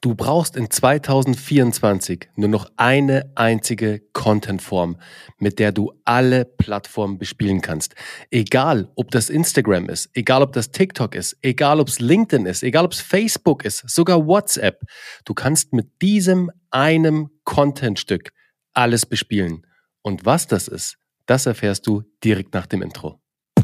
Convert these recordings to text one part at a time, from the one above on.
Du brauchst in 2024 nur noch eine einzige Contentform, mit der du alle Plattformen bespielen kannst. Egal, ob das Instagram ist, egal, ob das TikTok ist, egal, ob es LinkedIn ist, egal, ob es Facebook ist, sogar WhatsApp. Du kannst mit diesem einem Contentstück alles bespielen. Und was das ist, das erfährst du direkt nach dem Intro.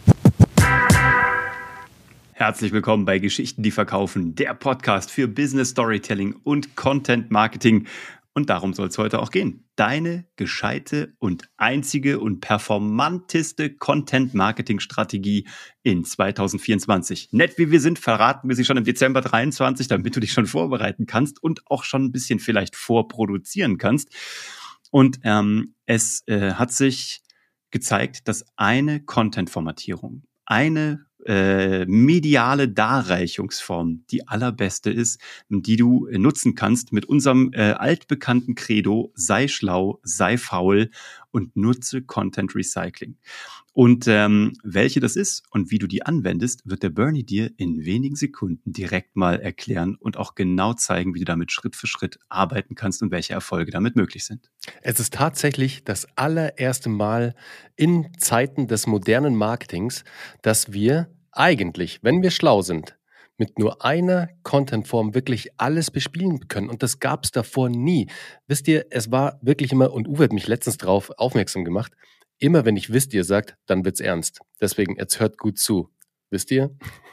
Herzlich willkommen bei Geschichten, die verkaufen, der Podcast für Business Storytelling und Content Marketing. Und darum soll es heute auch gehen. Deine gescheite und einzige und performanteste Content Marketing Strategie in 2024. Nett wie wir sind, verraten wir sie schon im Dezember 23, damit du dich schon vorbereiten kannst und auch schon ein bisschen vielleicht vorproduzieren kannst. Und es hat sich gezeigt, dass eine Content-Formatierung, eine mediale Darreichungsform die allerbeste ist, die du nutzen kannst mit unserem altbekannten Credo: sei schlau, sei faul und nutze Content Recycling. Und welche das ist und wie du die anwendest, wird der Bernie dir in wenigen Sekunden direkt mal erklären und auch genau zeigen, wie du damit Schritt für Schritt arbeiten kannst und welche Erfolge damit möglich sind. Es ist tatsächlich das allererste Mal in Zeiten des modernen Marketings, dass wir eigentlich, wenn wir schlau sind, mit nur einer Contentform wirklich alles bespielen können. Und das gab es davor nie. Wisst ihr, es war wirklich immer, und Uwe hat mich letztens darauf aufmerksam gemacht, immer wenn ich wisst ihr sagt, dann wird's ernst. Deswegen, jetzt hört gut zu. Wisst ihr?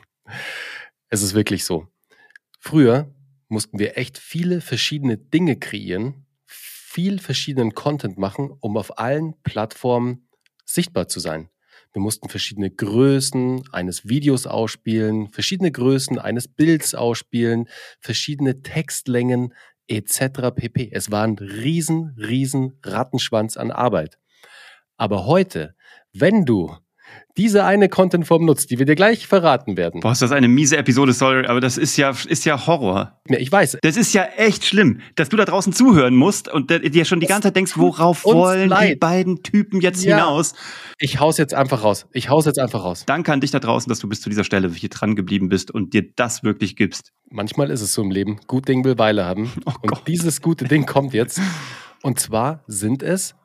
Es ist wirklich so. Früher mussten wir echt viele verschiedene Dinge kreieren, viel verschiedenen Content machen, um auf allen Plattformen sichtbar zu sein. Wir mussten verschiedene Größen eines Videos ausspielen, verschiedene Größen eines Bilds ausspielen, verschiedene Textlängen etc. pp. Es war ein riesen Rattenschwanz an Arbeit. Aber heute, wenn du diese eine Contentform nutzt, die wir dir gleich verraten werden. Boah, ist das eine miese Episode, sorry, aber das ist ja Horror. Ja, ich weiß. Das ist ja echt schlimm, dass du da draußen zuhören musst und dir schon die ganze Zeit denkst, worauf wollen die beiden Typen jetzt hinaus? Ich hau's jetzt einfach raus. Danke an dich da draußen, dass du bis zu dieser Stelle hier dran geblieben bist und dir das wirklich gibst. Manchmal ist es so im Leben. Gut Ding will Weile haben. Oh und Gott. Dieses gute Ding kommt jetzt. Und zwar sind es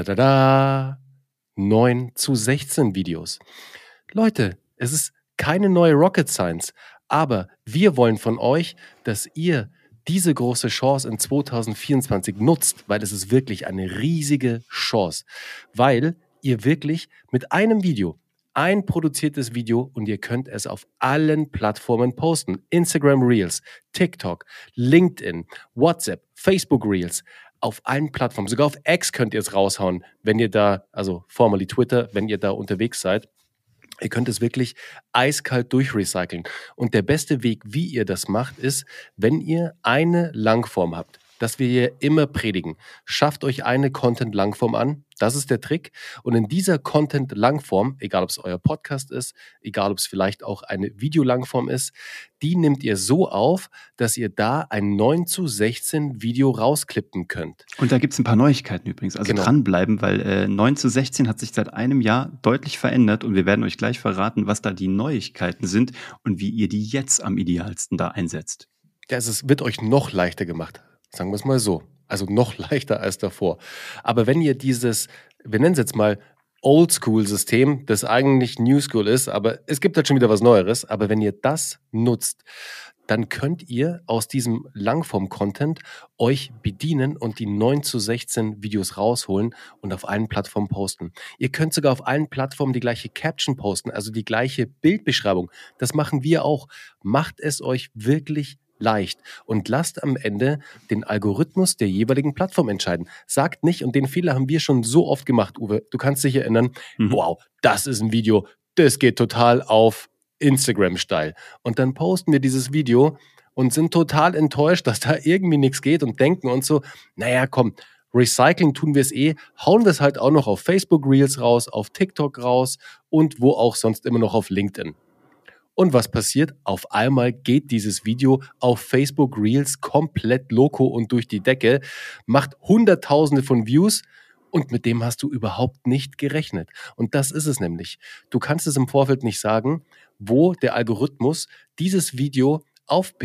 9 zu 16 Videos. Leute, es ist keine neue Rocket Science, aber wir wollen von euch, dass ihr diese große Chance in 2024 nutzt, weil es ist wirklich eine riesige Chance, weil ihr wirklich mit einem Video, ein produziertes Video, und ihr könnt es auf allen Plattformen posten. Instagram Reels, TikTok, LinkedIn, WhatsApp, Facebook Reels, auf allen Plattformen. Sogar auf X könnt ihr es raushauen, wenn ihr da, also formerly Twitter, wenn ihr da unterwegs seid. Ihr könnt es wirklich eiskalt durchrecyceln. Und der beste Weg, wie ihr das macht, ist, wenn ihr eine Langform habt, das wir hier immer predigen. Schafft euch eine Content-Langform an. Das ist der Trick. Und in dieser Content-Langform, egal ob es euer Podcast ist, egal ob es vielleicht auch eine Videolangform ist, die nehmt ihr so auf, dass ihr da ein 9 zu 16 Video rausklippen könnt. Und da gibt es ein paar Neuigkeiten übrigens. Also Genau. Dranbleiben, weil 9 zu 16 hat sich seit einem Jahr deutlich verändert und wir werden euch gleich verraten, was da die Neuigkeiten sind und wie ihr die jetzt am idealsten da einsetzt. Ja, wird euch noch leichter gemacht. Sagen wir es mal so. Also noch leichter als davor. Aber wenn ihr dieses, wir nennen es jetzt mal Oldschool-System, das eigentlich New School ist, aber es gibt halt schon wieder was Neueres, aber wenn ihr das nutzt, dann könnt ihr aus diesem Langform-Content euch bedienen und die 9 zu 16 Videos rausholen und auf allen Plattformen posten. Ihr könnt sogar auf allen Plattformen die gleiche Caption posten, also die gleiche Bildbeschreibung. Das machen wir auch. Macht es euch wirklich leicht und lasst am Ende den Algorithmus der jeweiligen Plattform entscheiden. Sagt nicht, und den Fehler haben wir schon so oft gemacht, Uwe, du kannst dich erinnern, wow, das ist ein Video, das geht total auf Instagram-Style. Und dann posten wir dieses Video und sind total enttäuscht, dass da irgendwie nichts geht und denken uns so, naja, komm, Recycling tun wir es hauen wir es halt auch noch auf Facebook Reels raus, auf TikTok raus und wo auch sonst immer noch auf LinkedIn. Und was passiert? Auf einmal geht dieses Video auf Facebook Reels komplett loco und durch die Decke, macht Hunderttausende von Views und mit dem hast du überhaupt nicht gerechnet. Und das ist es nämlich. Du kannst es im Vorfeld nicht sagen, wo der Algorithmus dieses Video aufpickt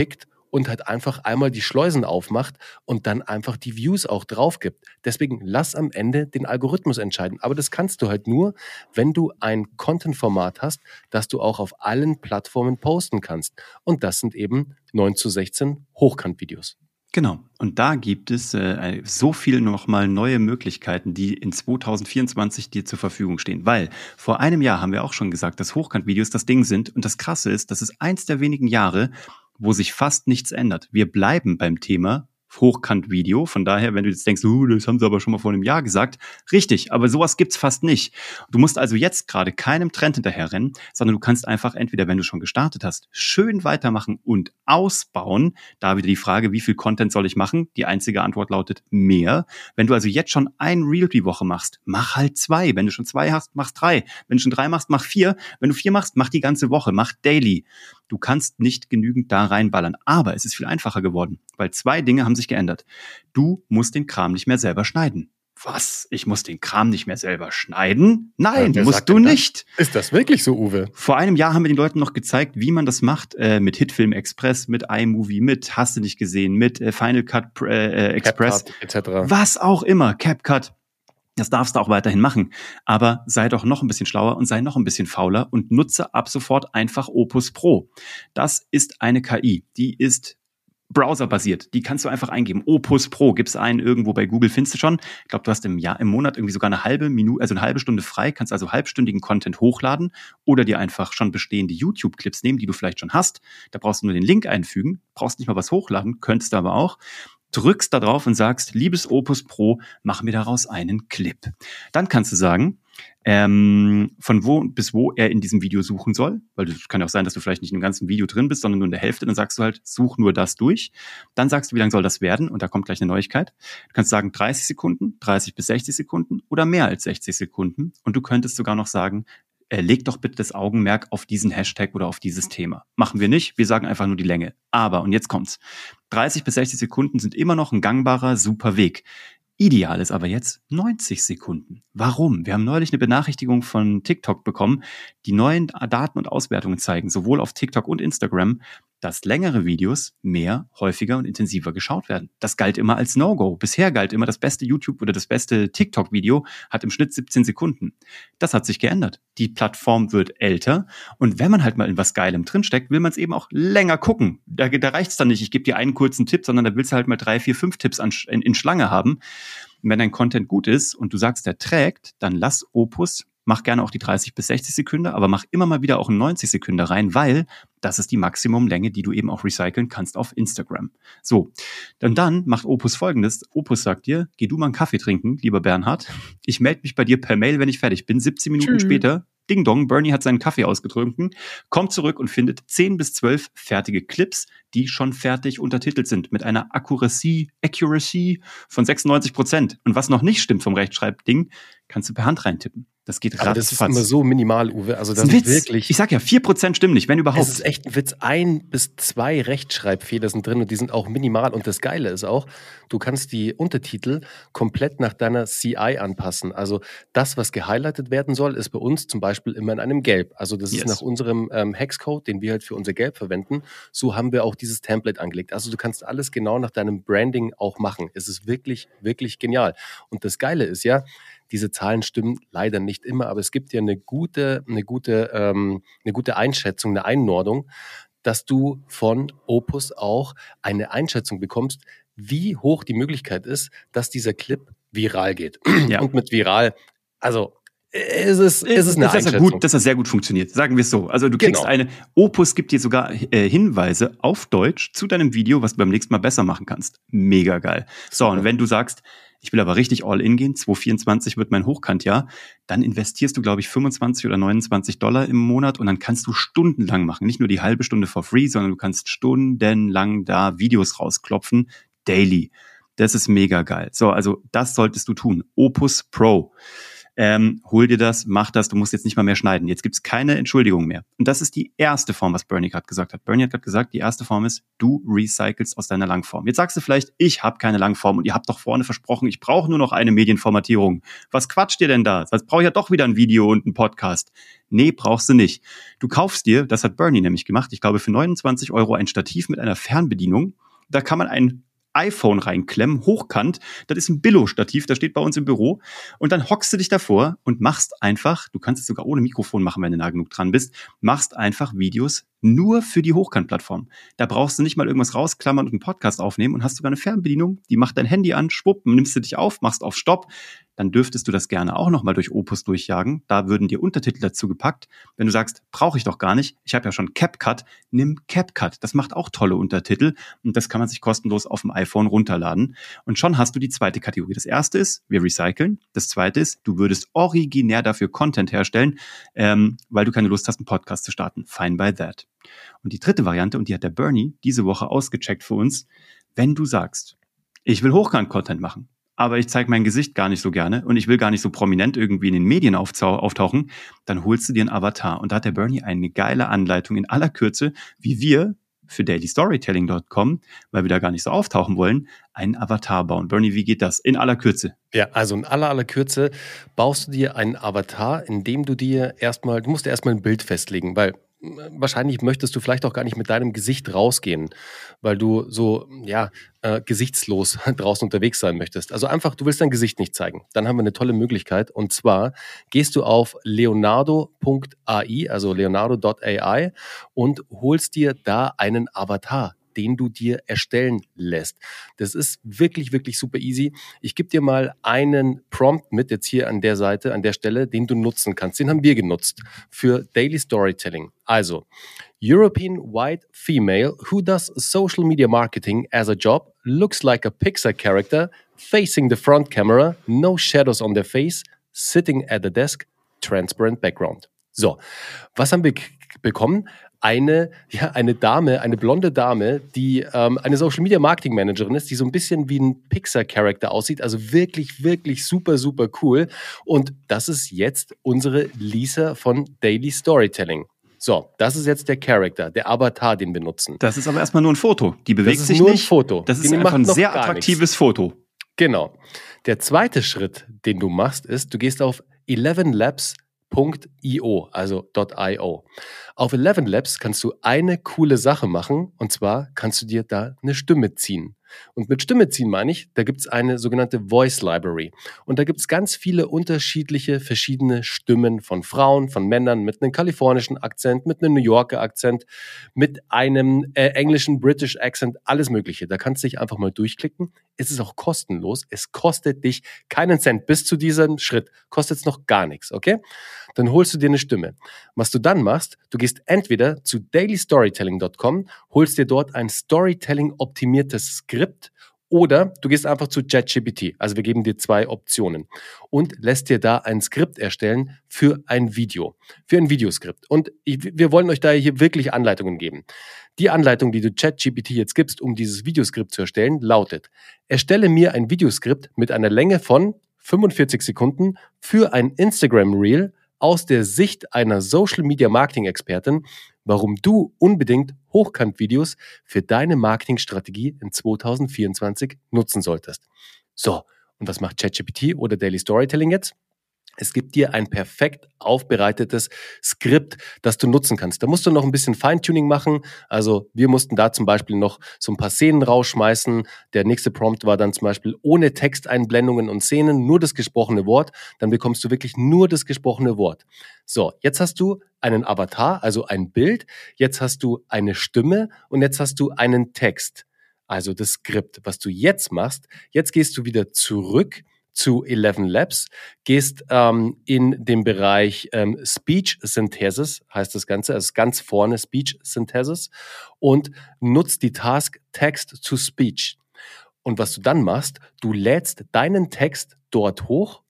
und halt einfach einmal die Schleusen aufmacht und dann einfach die Views auch drauf gibt. Deswegen lass am Ende den Algorithmus entscheiden. Aber das kannst du halt nur, wenn du ein Content-Format hast, das du auch auf allen Plattformen posten kannst. Und das sind eben 9:16 Hochkant-Videos. Genau. Und da gibt es so viel nochmal neue Möglichkeiten, die in 2024 dir zur Verfügung stehen. Weil vor einem Jahr haben wir auch schon gesagt, dass Hochkant-Videos das Ding sind. Und das Krasse ist, das ist eins der wenigen Jahre, wo sich fast nichts ändert. Wir bleiben beim Thema Hochkant-Video. Von daher, wenn du jetzt denkst, das haben sie aber schon mal vor einem Jahr gesagt. Richtig, aber sowas gibt's fast nicht. Du musst also jetzt gerade keinem Trend hinterherrennen, sondern du kannst einfach entweder, wenn du schon gestartet hast, schön weitermachen und ausbauen. Da wieder die Frage, wie viel Content soll ich machen? Die einzige Antwort lautet mehr. Wenn du also jetzt schon ein Reel die Woche machst, mach halt 2. Wenn du schon 2 hast, mach 3. Wenn du schon 3 machst, mach 4. Wenn du 4 machst, mach die ganze Woche, mach daily. Du kannst nicht genügend da reinballern. Aber es ist viel einfacher geworden, weil 2 Dinge haben sich geändert. Du musst den Kram nicht mehr selber schneiden. Was? Ich muss den Kram nicht mehr selber schneiden? Nein, musst du nicht. Ist das wirklich so, Uwe? Vor einem Jahr haben wir den Leuten noch gezeigt, wie man das macht, mit Hitfilm Express, mit iMovie, mit Hast du nicht gesehen, mit Final Cut Express, CapCut, etc. Was auch immer, CapCut. Das darfst du auch weiterhin machen. Aber sei doch noch ein bisschen schlauer und sei noch ein bisschen fauler und nutze ab sofort einfach Opus Pro. Das ist eine KI, die ist browserbasiert. Die kannst du einfach eingeben. Opus Pro, gib's ein irgendwo bei Google, findest du schon. Ich glaube, du hast im Monat irgendwie sogar eine halbe Minute, also eine halbe Stunde frei, kannst also halbstündigen Content hochladen oder dir einfach schon bestehende YouTube-Clips nehmen, die du vielleicht schon hast. Da brauchst du nur den Link einfügen, brauchst nicht mal was hochladen, könntest du aber auch. Drückst da drauf und sagst, liebes Opus Pro, mach mir daraus einen Clip. Dann kannst du sagen, von wo bis wo er in diesem Video suchen soll, weil es kann ja auch sein, dass du vielleicht nicht im ganzen Video drin bist, sondern nur in der Hälfte, dann sagst du halt, such nur das durch. Dann sagst du, wie lang soll das werden? Und da kommt gleich eine Neuigkeit. Du kannst sagen 30 Sekunden, 30 bis 60 Sekunden oder mehr als 60 Sekunden. Und du könntest sogar noch sagen, leg doch bitte das Augenmerk auf diesen Hashtag oder auf dieses Thema. Machen wir nicht, wir sagen einfach nur die Länge. Aber, und jetzt kommt's, 30 bis 60 Sekunden sind immer noch ein gangbarer, super Weg. Ideal ist aber jetzt 90 Sekunden. Warum? Wir haben neulich eine Benachrichtigung von TikTok bekommen. Die neuen Daten und Auswertungen zeigen, sowohl auf TikTok und Instagram, dass längere Videos mehr, häufiger und intensiver geschaut werden. Das galt immer als No-Go. Bisher galt immer, das beste YouTube- oder das beste TikTok-Video hat im Schnitt 17 Sekunden. Das hat sich geändert. Die Plattform wird älter und wenn man halt mal in was Geilem drinsteckt, will man es eben auch länger gucken. Da reicht es dann nicht, ich gebe dir einen kurzen Tipp, sondern da willst du halt mal 3, 4, 5 Tipps in Schlange haben. Und wenn dein Content gut ist und du sagst, der trägt, dann lass Opus, mach gerne auch die 30 bis 60 Sekunden, aber mach immer mal wieder auch einen 90 Sekunden rein, weil das ist die Maximumlänge, die du eben auch recyceln kannst auf Instagram. So, dann macht Opus Folgendes. Opus sagt dir, geh du mal einen Kaffee trinken, lieber Bernhard. Ich melde mich bei dir per Mail, wenn ich fertig bin. 17 Minuten später, Ding Dong, Bernie hat seinen Kaffee ausgetrunken, kommt zurück und findet 10 bis 12 fertige Clips, die schon fertig untertitelt sind, mit einer Accuracy von 96%. Und was noch nicht stimmt vom Rechtschreibding, kannst du per Hand reintippen. Das geht ratzfatz. Aber das ist immer so minimal, Uwe. Also das ist ein Witz. Wirklich. Ich sag ja, 4% stimmen nicht, wenn überhaupt. Es ist echt ein Witz. 1 bis 2 Rechtschreibfehler sind drin und die sind auch minimal. Und das Geile ist auch, du kannst die Untertitel komplett nach deiner CI anpassen. Also das, was gehighlightet werden soll, ist bei uns zum Beispiel immer in einem Gelb. Also das ist nach unserem Hexcode, den wir halt für unser Gelb verwenden. So haben wir auch dieses Template angelegt. Also du kannst alles genau nach deinem Branding auch machen. Es ist wirklich, wirklich genial. Und das Geile ist ja, diese Zahlen stimmen leider nicht immer, aber es gibt ja eine gute Einschätzung, eine Einordnung, dass du von Opus auch eine Einschätzung bekommst, wie hoch die Möglichkeit ist, dass dieser Clip viral geht. Ja. Und mit viral, also es ist eine Einschätzung. Dass das sehr gut funktioniert, sagen wir es so. Also du kriegst Opus gibt dir sogar Hinweise auf Deutsch zu deinem Video, was du beim nächsten Mal besser machen kannst. Mega geil. So, und wenn du sagst, ich will aber richtig all in gehen, 2024 wird mein Hochkantjahr, dann investierst du, glaube ich, $25 oder $29 im Monat und dann kannst du stundenlang machen. Nicht nur die halbe Stunde for free, sondern du kannst stundenlang da Videos rausklopfen, daily. Das ist mega geil. So, also das solltest du tun. Opus Pro. Hol dir das, mach das, du musst jetzt nicht mal mehr schneiden. Jetzt gibt's keine Entschuldigung mehr. Und das ist die erste Form, was Bernie gerade gesagt hat. Bernie hat gerade gesagt, die erste Form ist, du recycelst aus deiner Langform. Jetzt sagst du vielleicht, ich habe keine Langform und ihr habt doch vorne versprochen, ich brauche nur noch eine Medienformatierung. Was quatscht ihr denn da? Jetzt brauche ich ja doch wieder ein Video und einen Podcast. Nee, brauchst du nicht. Du kaufst dir, das hat Bernie nämlich gemacht, ich glaube für 29 € ein Stativ mit einer Fernbedienung. Da kann man ein iPhone reinklemmen, hochkant. Das ist ein Billo-Stativ, das steht bei uns im Büro. Und dann hockst du dich davor und machst einfach, du kannst es sogar ohne Mikrofon machen, wenn du nah genug dran bist, machst einfach Videos nur für die Hochkant-Plattform. Da brauchst du nicht mal irgendwas rausklammern und einen Podcast aufnehmen und hast sogar eine Fernbedienung, die macht dein Handy an, schwupp, nimmst du dich auf, machst auf Stopp. Dann dürftest du das gerne auch nochmal durch Opus durchjagen. Da würden dir Untertitel dazu gepackt. Wenn du sagst, brauche ich doch gar nicht, ich habe ja schon CapCut, nimm CapCut. Das macht auch tolle Untertitel und das kann man sich kostenlos auf dem iPhone runterladen. Und schon hast du die zweite Kategorie. Das erste ist, wir recyceln. Das zweite ist, du würdest originär dafür Content herstellen, weil du keine Lust hast, einen Podcast zu starten. Fine by that. Und die dritte Variante, und die hat der Bernie diese Woche ausgecheckt für uns, wenn du sagst, ich will Hochkant-Content machen, aber ich zeige mein Gesicht gar nicht so gerne und ich will gar nicht so prominent irgendwie in den Medien auftauchen, dann holst du dir einen Avatar. Und da hat der Bernie eine geile Anleitung in aller Kürze, wie wir für dailystorytelling.com, weil wir da gar nicht so auftauchen wollen, einen Avatar bauen. Bernie, wie geht das? In aller Kürze. Ja, also in aller Kürze baust du dir einen Avatar, indem du musst dir erstmal ein Bild festlegen, weil wahrscheinlich möchtest du vielleicht auch gar nicht mit deinem Gesicht rausgehen, weil du so, gesichtslos draußen unterwegs sein möchtest. Also einfach, du willst dein Gesicht nicht zeigen. Dann haben wir eine tolle Möglichkeit. Und zwar gehst du auf leonardo.ai, also leonardo.ai und holst dir da einen Avatar, den du dir erstellen lässt. Das ist wirklich, wirklich super easy. Ich gebe dir mal einen Prompt mit, jetzt hier an der Seite, an der Stelle, den du nutzen kannst. Den haben wir genutzt für Daily Storytelling. Also, European white female who does social media marketing as a job, looks like a Pixar character, facing the front camera, no shadows on their face, sitting at the desk, transparent background. So, was haben wir bekommen? Eine Dame, eine blonde Dame, die eine Social Media Marketing Managerin ist, die so ein bisschen wie ein Pixar-Charakter aussieht. Also wirklich, wirklich super, super cool. Und das ist jetzt unsere Lisa von Daily Storytelling. So, das ist jetzt der Charakter, der Avatar, den wir nutzen. Das ist aber erstmal nur ein Foto. Die bewegt sich nicht. Das ist nur ein Foto. Das ist einfach ein sehr attraktives Foto. Genau. Der zweite Schritt, den du machst, ist, du gehst auf 11labs.io, also .io. Auf 11labs kannst du eine coole Sache machen, und zwar kannst du dir da eine Stimme ziehen. Und mit Stimme ziehen meine ich, da gibt es eine sogenannte Voice Library. Und da gibt es ganz viele unterschiedliche, verschiedene Stimmen von Frauen, von Männern mit einem kalifornischen Akzent, mit einem New Yorker Akzent, mit einem englischen British Accent, alles Mögliche. Da kannst du dich einfach mal durchklicken. Es ist auch kostenlos. Es kostet dich keinen Cent. Bis zu diesem Schritt kostet es noch gar nichts, okay? Dann holst du dir eine Stimme. Was du dann machst, du gehst entweder zu dailystorytelling.com, holst dir dort ein Storytelling-optimiertes Skript oder du gehst einfach zu ChatGPT. Also wir geben dir 2 Optionen und lässt dir da ein Skript erstellen für ein Video, für ein Videoskript. Und wir wollen euch da hier wirklich Anleitungen geben. Die Anleitung, die du ChatGPT jetzt gibst, um dieses Videoskript zu erstellen, lautet: Erstelle mir ein Videoskript mit einer Länge von 45 Sekunden für ein Instagram-Reel aus der Sicht einer Social-Media-Marketing-Expertin, warum du unbedingt Hochkant-Videos für deine Marketingstrategie in 2024 nutzen solltest. So, und was macht ChatGPT oder Daily Storytelling jetzt? Es gibt dir ein perfekt aufbereitetes Skript, das du nutzen kannst. Da musst du noch ein bisschen Feintuning machen. Also wir mussten da zum Beispiel noch so ein paar Szenen rausschmeißen. Der nächste Prompt war dann zum Beispiel ohne Texteinblendungen und Szenen, nur das gesprochene Wort. Dann bekommst du wirklich nur das gesprochene Wort. So, jetzt hast du einen Avatar, also ein Bild. Jetzt hast du eine Stimme und jetzt hast du einen Text, also das Skript. Was du jetzt machst, jetzt gehst du wieder zurück zu 11labs, gehst in den Bereich Speech Synthesis, heißt das Ganze, also ganz vorne Speech Synthesis, und nutzt die Task Text to Speech. Und was du dann machst, du lädst deinen Text dort hoch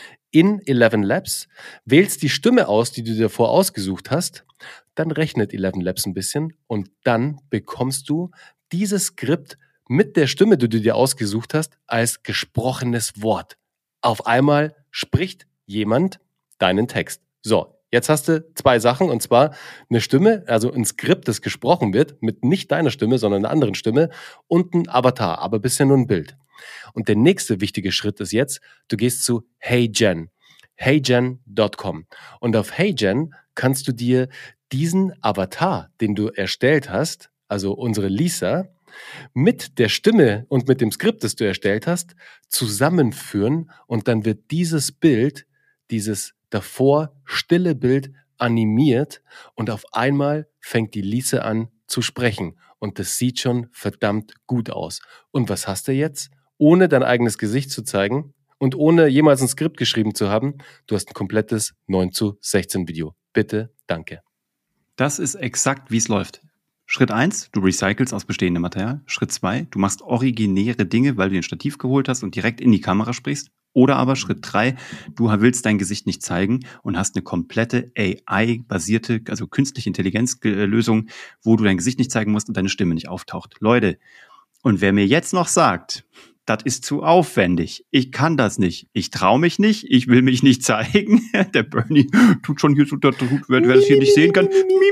in 11labs, wählst die Stimme aus, die du dir davor ausgesucht hast, dann rechnet 11labs ein bisschen und dann bekommst du dieses Skript mit der Stimme, die du dir ausgesucht hast, als gesprochenes Wort. Auf einmal spricht jemand deinen Text. So, jetzt hast du 2 Sachen, und zwar eine Stimme, also ein Skript, das gesprochen wird, mit nicht deiner Stimme, sondern einer anderen Stimme, und ein Avatar, aber bisher nur ein Bild. Und der nächste wichtige Schritt ist jetzt, du gehst zu HeyGen, heygen.com. Und auf HeyGen kannst du dir diesen Avatar, den du erstellt hast, also unsere Lisa, mit der Stimme und mit dem Skript, das du erstellt hast, zusammenführen, und dann wird dieses Bild, dieses davor stille Bild animiert, und auf einmal fängt die Lisa an zu sprechen, und das sieht schon verdammt gut aus. Und was hast du jetzt? Ohne dein eigenes Gesicht zu zeigen und ohne jemals ein Skript geschrieben zu haben, du hast ein komplettes 9:16 Video. Bitte, danke. Das ist exakt, wie es läuft. Schritt 1, du recycelst aus bestehendem Material. Schritt 2, du machst originäre Dinge, weil du den Stativ geholt hast und direkt in die Kamera sprichst. Oder aber Schritt 3, du willst dein Gesicht nicht zeigen und hast eine komplette AI-basierte, also künstliche Intelligenz-Lösung, wo du dein Gesicht nicht zeigen musst und deine Stimme nicht auftaucht. Leute, und wer mir jetzt noch sagt, das ist zu aufwendig, ich kann das nicht, ich traue mich nicht, ich will mich nicht zeigen, der Bernie tut schon hier so, wer das hier nicht sehen kann,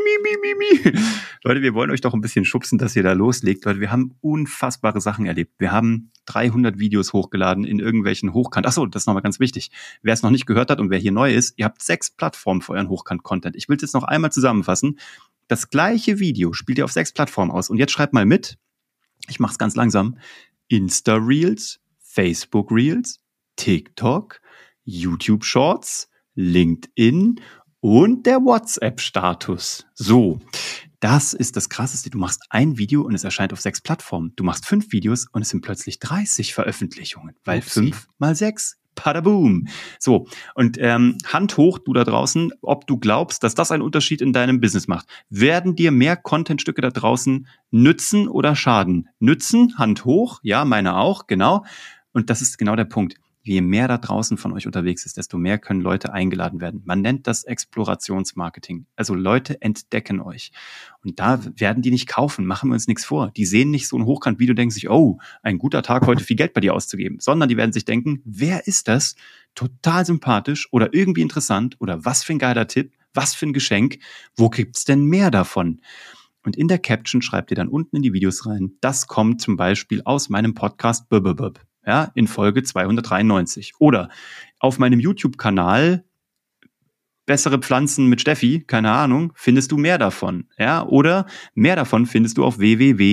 Leute, wir wollen euch doch ein bisschen schubsen, dass ihr da loslegt, Leute, wir haben unfassbare Sachen erlebt. Wir haben 300 Videos hochgeladen in irgendwelchen Hochkant. Achso, das ist nochmal ganz wichtig. Wer es noch nicht gehört hat und wer hier neu ist, ihr habt 6 Plattformen für euren Hochkant-Content. Ich will es jetzt noch einmal zusammenfassen. Das gleiche Video spielt ihr auf 6 Plattformen aus. Und jetzt schreibt mal mit, ich mache es ganz langsam, Insta-Reels, Facebook-Reels, TikTok, YouTube-Shorts, LinkedIn und der WhatsApp-Status. So, das ist das Krasseste. Du machst ein Video und es erscheint auf 6 Plattformen. Du machst 5 Videos und es sind plötzlich 30 Veröffentlichungen, weil 5 mal 6. Padaboom. So, und Hand hoch, du da draußen, ob du glaubst, dass das einen Unterschied in deinem Business macht. Werden dir mehr Contentstücke da draußen nützen oder schaden? Nützen, Hand hoch, ja, meine auch, genau. Und das ist genau der Punkt. Je mehr da draußen von euch unterwegs ist, desto mehr können Leute eingeladen werden. Man nennt das Explorationsmarketing. Also Leute entdecken euch. Und da werden die nicht kaufen, machen wir uns nichts vor. Die sehen nicht so ein Hochkant-Video und denken sich, oh, ein guter Tag, heute viel Geld bei dir auszugeben. Sondern die werden sich denken, wer ist das? Total sympathisch oder irgendwie interessant oder was für ein geiler Tipp, was für ein Geschenk. Wo gibt's denn mehr davon? Und in der Caption schreibt ihr dann unten in die Videos rein, das kommt zum Beispiel aus meinem Podcast ja, in Folge 293. Oder auf meinem YouTube-Kanal Bessere Pflanzen mit Steffi, keine Ahnung, findest du mehr davon. Ja? Oder mehr davon findest du auf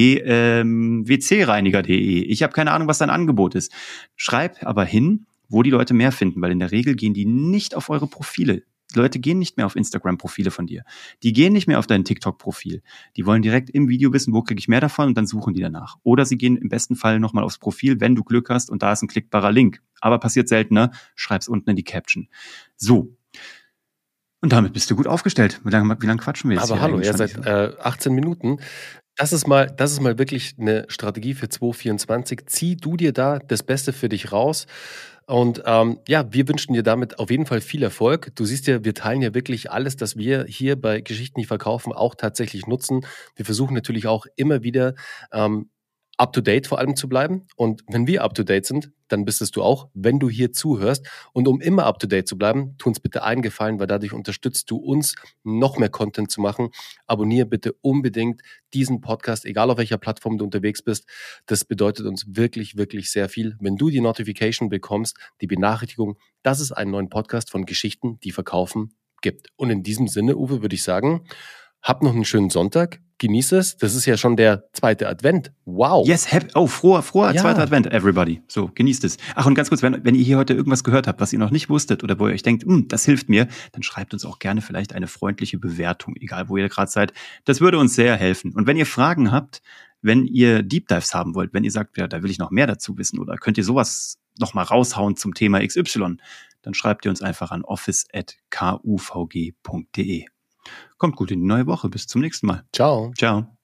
www.wcreiniger.de. Ich habe keine Ahnung, was dein Angebot ist. Schreib aber hin, wo die Leute mehr finden, weil in der Regel gehen die nicht auf eure Profile. Die Leute gehen nicht mehr auf Instagram-Profile von dir. Die gehen nicht mehr auf dein TikTok-Profil. Die wollen direkt im Video wissen, wo kriege ich mehr davon, und dann suchen die danach. Oder sie gehen im besten Fall nochmal aufs Profil, wenn du Glück hast und da ist ein klickbarer Link. Aber passiert seltener, schreib's unten in die Caption. So. Und damit bist du gut aufgestellt. Wie lange quatschen wir jetzt? Aber hallo, seit 18 Minuten. Das ist mal wirklich eine Strategie für 2024. Zieh du dir da das Beste für dich raus. Und wir wünschen dir damit auf jeden Fall viel Erfolg. Du siehst ja, wir teilen ja wirklich alles, das wir hier bei Geschichten, die verkaufen, auch tatsächlich nutzen. Wir versuchen natürlich auch immer wieder up-to-date vor allem zu bleiben. Und wenn wir up-to-date sind, dann bist es du auch, wenn du hier zuhörst. Und um immer up-to-date zu bleiben, tu uns bitte einen Gefallen, weil dadurch unterstützt du uns, noch mehr Content zu machen. Abonniere bitte unbedingt diesen Podcast, egal auf welcher Plattform du unterwegs bist. Das bedeutet uns wirklich, wirklich sehr viel. Wenn du die Notification bekommst, die Benachrichtigung, dass es einen neuen Podcast von Geschichten, die verkaufen, gibt. Und in diesem Sinne, Uwe, würde ich sagen, hab noch einen schönen Sonntag. Genieß es. Das ist ja schon der 2. Advent. Wow. Yes, froher 2. Advent, everybody. So, genießt es. Ach, und ganz kurz, wenn ihr hier heute irgendwas gehört habt, was ihr noch nicht wusstet oder wo ihr euch denkt, das hilft mir, dann schreibt uns auch gerne vielleicht eine freundliche Bewertung, egal wo ihr gerade seid. Das würde uns sehr helfen. Und wenn ihr Fragen habt, wenn ihr Deep Dives haben wollt, wenn ihr sagt, ja, da will ich noch mehr dazu wissen oder könnt ihr sowas noch mal raushauen zum Thema XY, dann schreibt ihr uns einfach an office@kuvg.de. Kommt gut in die neue Woche. Bis zum nächsten Mal. Ciao. Ciao.